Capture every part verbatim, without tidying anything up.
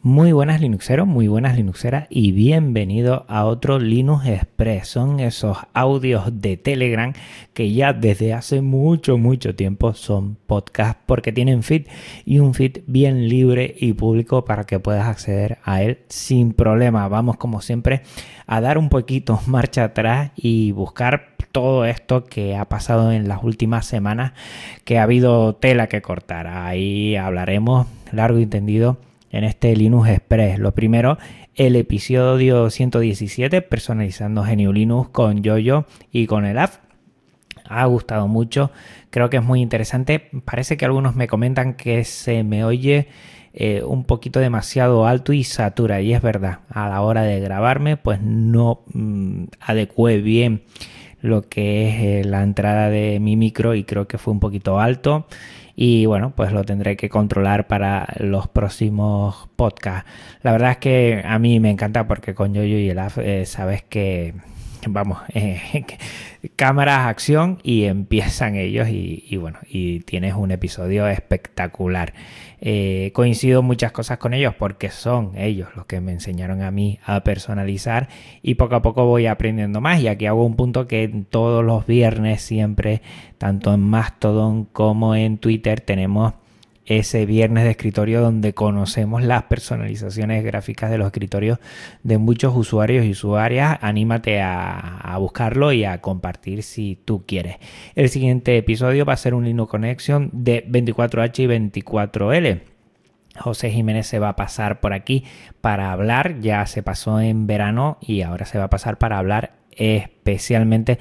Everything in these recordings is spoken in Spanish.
Muy buenas Linuxeros, muy buenas Linuxeras y bienvenido a otro Linux Express. Son esos audios de Telegram que ya desde hace mucho, mucho tiempo son podcast porque tienen feed y un feed bien libre y público para que puedas acceder a él sin problema. Vamos como siempre a dar un poquito marcha atrás y buscar todo esto que ha pasado en las últimas semanas, que ha habido tela que cortar. Ahí hablaremos largo y tendido en este Linux Express. Lo primero, el episodio ciento diecisiete, personalizando G N U Linux con Yoyo y con el app. Ha gustado mucho, creo que es muy interesante. Parece que algunos me comentan que se me oye eh, un poquito demasiado alto y satura, y es verdad, a la hora de grabarme pues no mmm, adecué bien lo que es eh, la entrada de mi micro y creo que fue un poquito alto. Y bueno, pues lo tendré que controlar para los próximos podcasts. La verdad es que a mí me encanta porque con Yoyo y el app eh, sabes que, vamos, eh, cámaras, acción y empiezan ellos y, y bueno, y tienes un episodio espectacular. Eh, coincido muchas cosas con ellos porque son ellos los que me enseñaron a mí a personalizar y poco a poco voy aprendiendo más. Y aquí hago un punto que todos los viernes siempre, tanto en Mastodon como en Twitter, tenemos ese viernes de escritorio donde conocemos las personalizaciones gráficas de los escritorios de muchos usuarios y usuarias. Anímate a, a buscarlo y a compartir si tú quieres. El siguiente episodio va a ser un Linux Connection de veinticuatro H y veinticuatro L. José Jiménez se va a pasar por aquí para hablar, ya se pasó en verano y ahora se va a pasar para hablar especialmente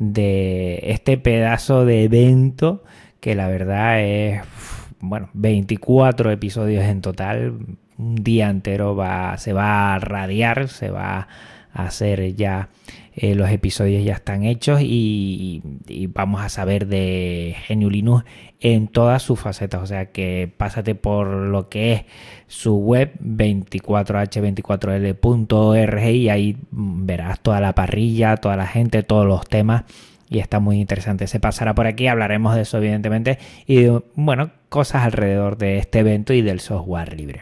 de este pedazo de evento que la verdad es... Bueno, veinticuatro episodios en total, un día entero va, se va a radiar, se va a hacer ya, eh, los episodios ya están hechos y, y vamos a saber de G N U Linux en todas sus facetas. O sea que pásate por lo que es su web veinticuatro H veinticuatro L punto org y ahí verás toda la parrilla, toda la gente, todos los temas. Y está muy interesante. Se pasará por aquí, hablaremos de eso evidentemente y de, bueno, cosas alrededor de este evento y del software libre.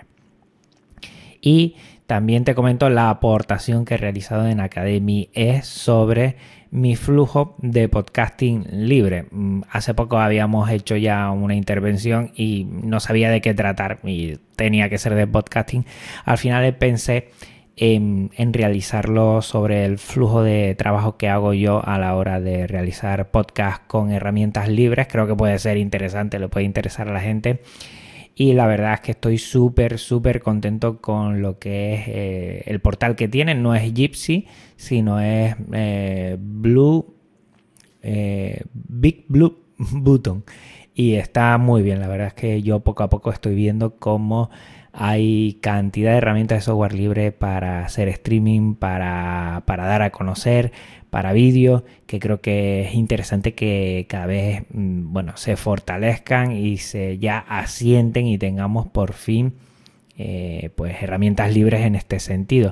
Y también te comento la aportación que he realizado en Academy es sobre mi flujo de podcasting libre. Hace poco habíamos hecho ya una intervención y no sabía de qué tratar y tenía que ser de podcasting. Al final pensé En, en realizarlo sobre el flujo de trabajo que hago yo a la hora de realizar podcast con herramientas libres. Creo que puede ser interesante, le puede interesar a la gente y la verdad es que estoy súper súper contento con lo que es eh, el portal que tienen. No es Gypsy, sino es eh, Blue eh, Big Blue Button y está muy bien. La verdad es que yo poco a poco estoy viendo cómo hay cantidad de herramientas de software libre para hacer streaming, para, para dar a conocer, para vídeo, que creo que es interesante que cada vez bueno, se fortalezcan y se ya asienten y tengamos por fin eh, pues herramientas libres en este sentido.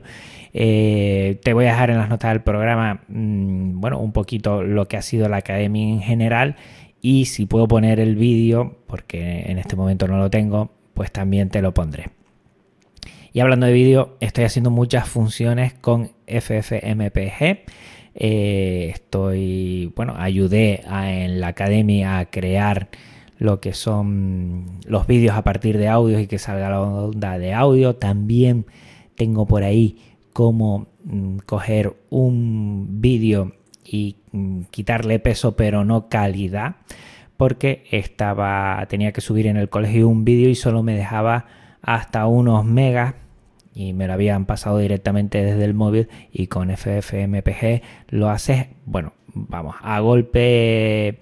Eh, te voy a dejar en las notas del programa mmm, bueno, un poquito lo que ha sido la academia en general y si puedo poner el vídeo, porque en este momento no lo tengo, pues también te lo pondré. Y hablando de vídeo, estoy haciendo muchas funciones con F F M P G. Eh, estoy, bueno, ayudé a, en la academia a crear lo que son los vídeos a partir de audios y que salga la onda de audio. También tengo por ahí cómo mm, coger un vídeo y mm, quitarle peso pero no calidad, porque estaba, tenía que subir en el colegio un vídeo y solo me dejaba hasta unos megas y me lo habían pasado directamente desde el móvil y con F F M P G lo haces, bueno, vamos, a golpe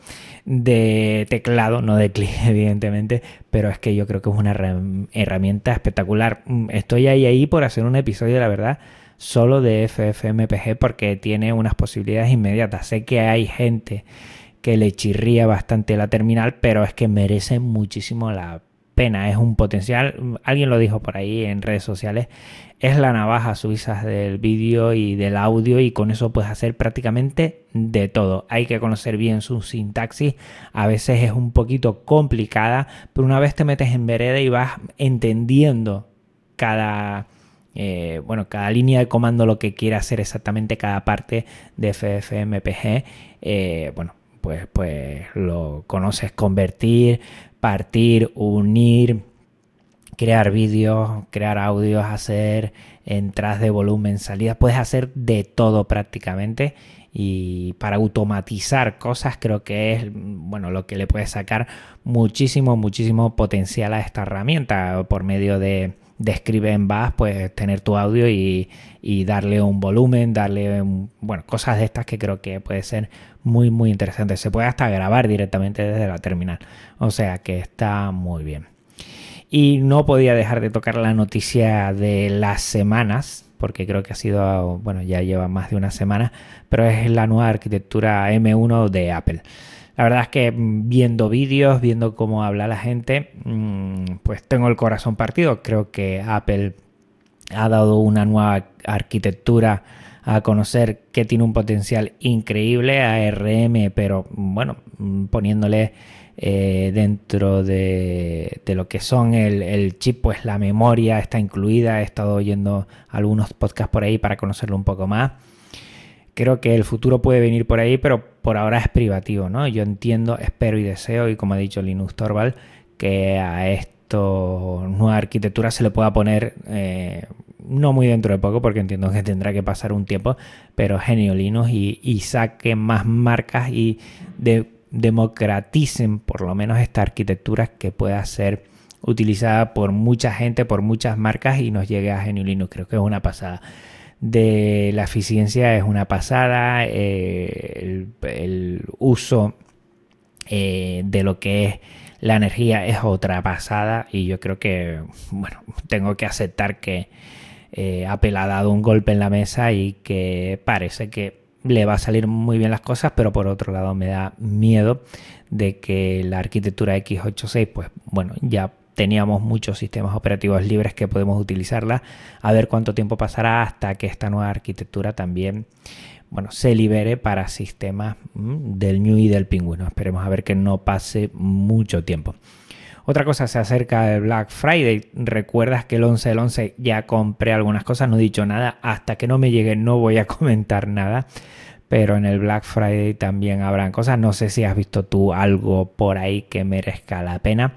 de teclado, no de clic evidentemente, pero es que yo creo que es una herramienta espectacular. Estoy ahí ahí por hacer un episodio, la verdad, solo de F F M P G porque tiene unas posibilidades inmediatas. Sé que hay gente que le chirría bastante la terminal, pero es que merece muchísimo la pena. Es un potencial, alguien lo dijo por ahí en redes sociales, es la navaja suiza del vídeo y del audio y con eso puedes hacer prácticamente de todo. Hay que conocer bien su sintaxis, a veces es un poquito complicada, pero una vez te metes en vereda y vas entendiendo cada, eh, bueno, cada línea de comando, lo que quiere hacer exactamente cada parte de F F M P G, eh, bueno, pues, pues lo conoces: convertir, partir, unir, crear vídeos, crear audios, hacer entradas de volumen, salidas. Puedes hacer de todo prácticamente, y para automatizar cosas creo que es, bueno, lo que le puedes sacar muchísimo, muchísimo potencial a esta herramienta. Por medio de, de Scribe en Bash, puedes tener tu audio y, y darle un volumen, darle un, bueno, cosas de estas que creo que puede ser muy, muy interesante. Se puede hasta grabar directamente desde la terminal, o sea que está muy bien. Y no podía dejar de tocar la noticia de las semanas, porque creo que ha sido, bueno, ya lleva más de una semana, pero es la nueva arquitectura M uno de Apple. La verdad es que viendo vídeos, viendo cómo habla la gente, pues tengo el corazón partido. Creo que Apple ha dado una nueva arquitectura a conocer que tiene un potencial increíble, A R M, pero bueno, poniéndole eh, dentro de, de lo que son el, el chip, pues la memoria está incluida. He estado oyendo algunos podcasts por ahí para conocerlo un poco más. Creo que el futuro puede venir por ahí, pero por ahora es privativo, ¿no? Yo entiendo, espero y deseo, y como ha dicho Linus Torvald, que a esto nueva arquitectura se le pueda poner, eh, no muy dentro de poco, porque entiendo que tendrá que pasar un tiempo, pero genio Linux, y, y saquen más marcas y de, democraticen por lo menos esta arquitectura que pueda ser utilizada por mucha gente, por muchas marcas, y nos llegue a genio Linux. Creo que es una pasada. De la eficiencia es una pasada, eh, el, el uso eh, de lo que es la energía es otra pasada, y yo creo que, bueno, tengo que aceptar que eh, Apple ha dado un golpe en la mesa y que parece que le va a salir muy bien las cosas, pero por otro lado me da miedo de que la arquitectura equis ochenta y seis, pues bueno, ya teníamos muchos sistemas operativos libres que podemos utilizarla. A ver cuánto tiempo pasará hasta que esta nueva arquitectura también, bueno, se libere para sistemas mmm, del N U I y del Pingüino. Esperemos a ver que no pase mucho tiempo. Otra cosa, se acerca el Black Friday. Recuerdas que el once del once ya compré algunas cosas, no he dicho nada. Hasta que no me llegue no voy a comentar nada. Pero en el Black Friday también habrán cosas. No sé si has visto tú algo por ahí que merezca la pena.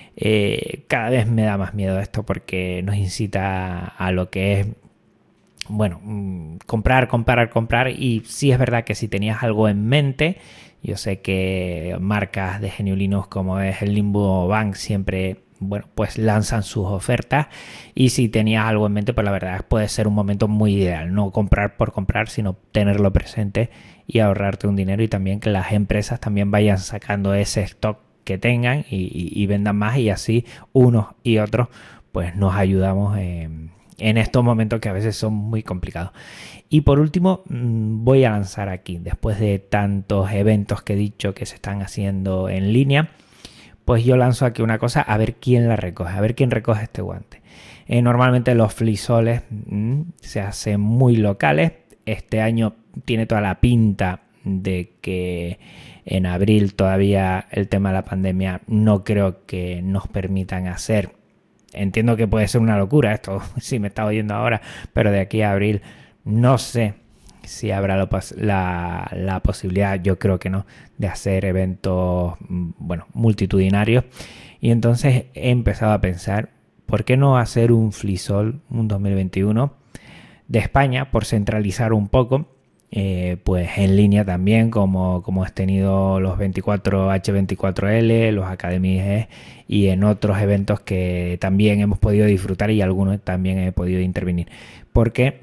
Eh, cada vez me da más miedo esto, porque nos incita a lo que es, bueno, comprar, comprar, comprar. Y sí es verdad que si tenías algo en mente, yo sé que marcas de genio Linux como es el Limbo Bank siempre, bueno, pues lanzan sus ofertas, y si tenías algo en mente, pues la verdad puede ser un momento muy ideal, no comprar por comprar, sino tenerlo presente y ahorrarte un dinero, y también que las empresas también vayan sacando ese stock que tengan y, y, y vendan más, y así unos y otros pues nos ayudamos en, en estos momentos que a veces son muy complicados. Y por último, voy a lanzar aquí, después de tantos eventos que he dicho que se están haciendo en línea, pues yo lanzo aquí una cosa, a ver quién la recoge, a ver quién recoge este guante. Eh, normalmente los flisoles mmm, se hacen muy locales. Este año tiene toda la pinta de que en abril todavía el tema de la pandemia no creo que nos permitan hacer. Entiendo que puede ser una locura esto, si me está oyendo ahora, pero de aquí a abril no sé si habrá la, la, la posibilidad, yo creo que no, de hacer eventos, bueno, multitudinarios. Y entonces he empezado a pensar, ¿por qué no hacer un FliSol, un dos mil veintiuno de España, por centralizar un poco? Eh, pues en línea también, como, como has tenido los veinticuatro H veinticuatro L, los Academy G, y en otros eventos que también hemos podido disfrutar, y algunos también he podido intervenir. ¿Por qué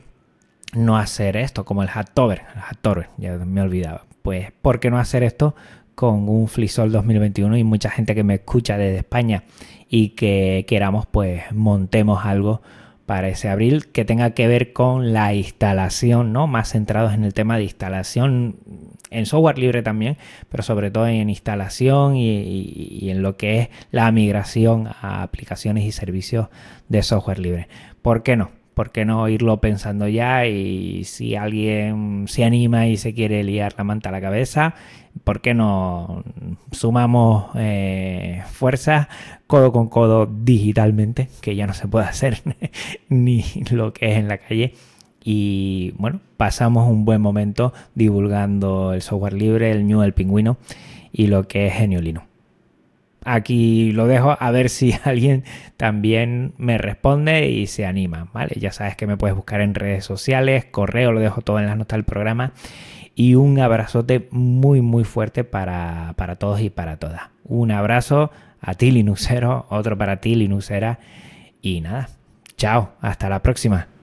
no hacer esto como el Hacktober? El Hacktober, ya me olvidaba. Pues ¿por qué no hacer esto con un FliSol dos mil veintiuno? Y mucha gente que me escucha desde España y que queramos, pues montemos algo para ese abril que tenga que ver con la instalación, ¿no? Más centrados en el tema de instalación en software libre también, pero sobre todo en instalación y, y, y en lo que es la migración a aplicaciones y servicios de software libre. ¿Por qué no? ¿por qué no irlo pensando ya? Y si alguien se anima y se quiere liar la manta a la cabeza, ¿por qué no sumamos eh, fuerzas codo con codo digitalmente? Que ya no se puede hacer ni lo que es en la calle. Y bueno, pasamos un buen momento divulgando el software libre, el Ñu, el Pingüino y lo que es Genio Linux. Aquí lo dejo a ver si alguien también me responde y se anima, ¿vale? Ya sabes que me puedes buscar en redes sociales, correo, lo dejo todo en las notas del programa. Y un abrazote muy muy fuerte para, para todos y para todas. Un abrazo a ti, Linuxero, otro para ti, Linuxera. Y nada, chao, hasta la próxima.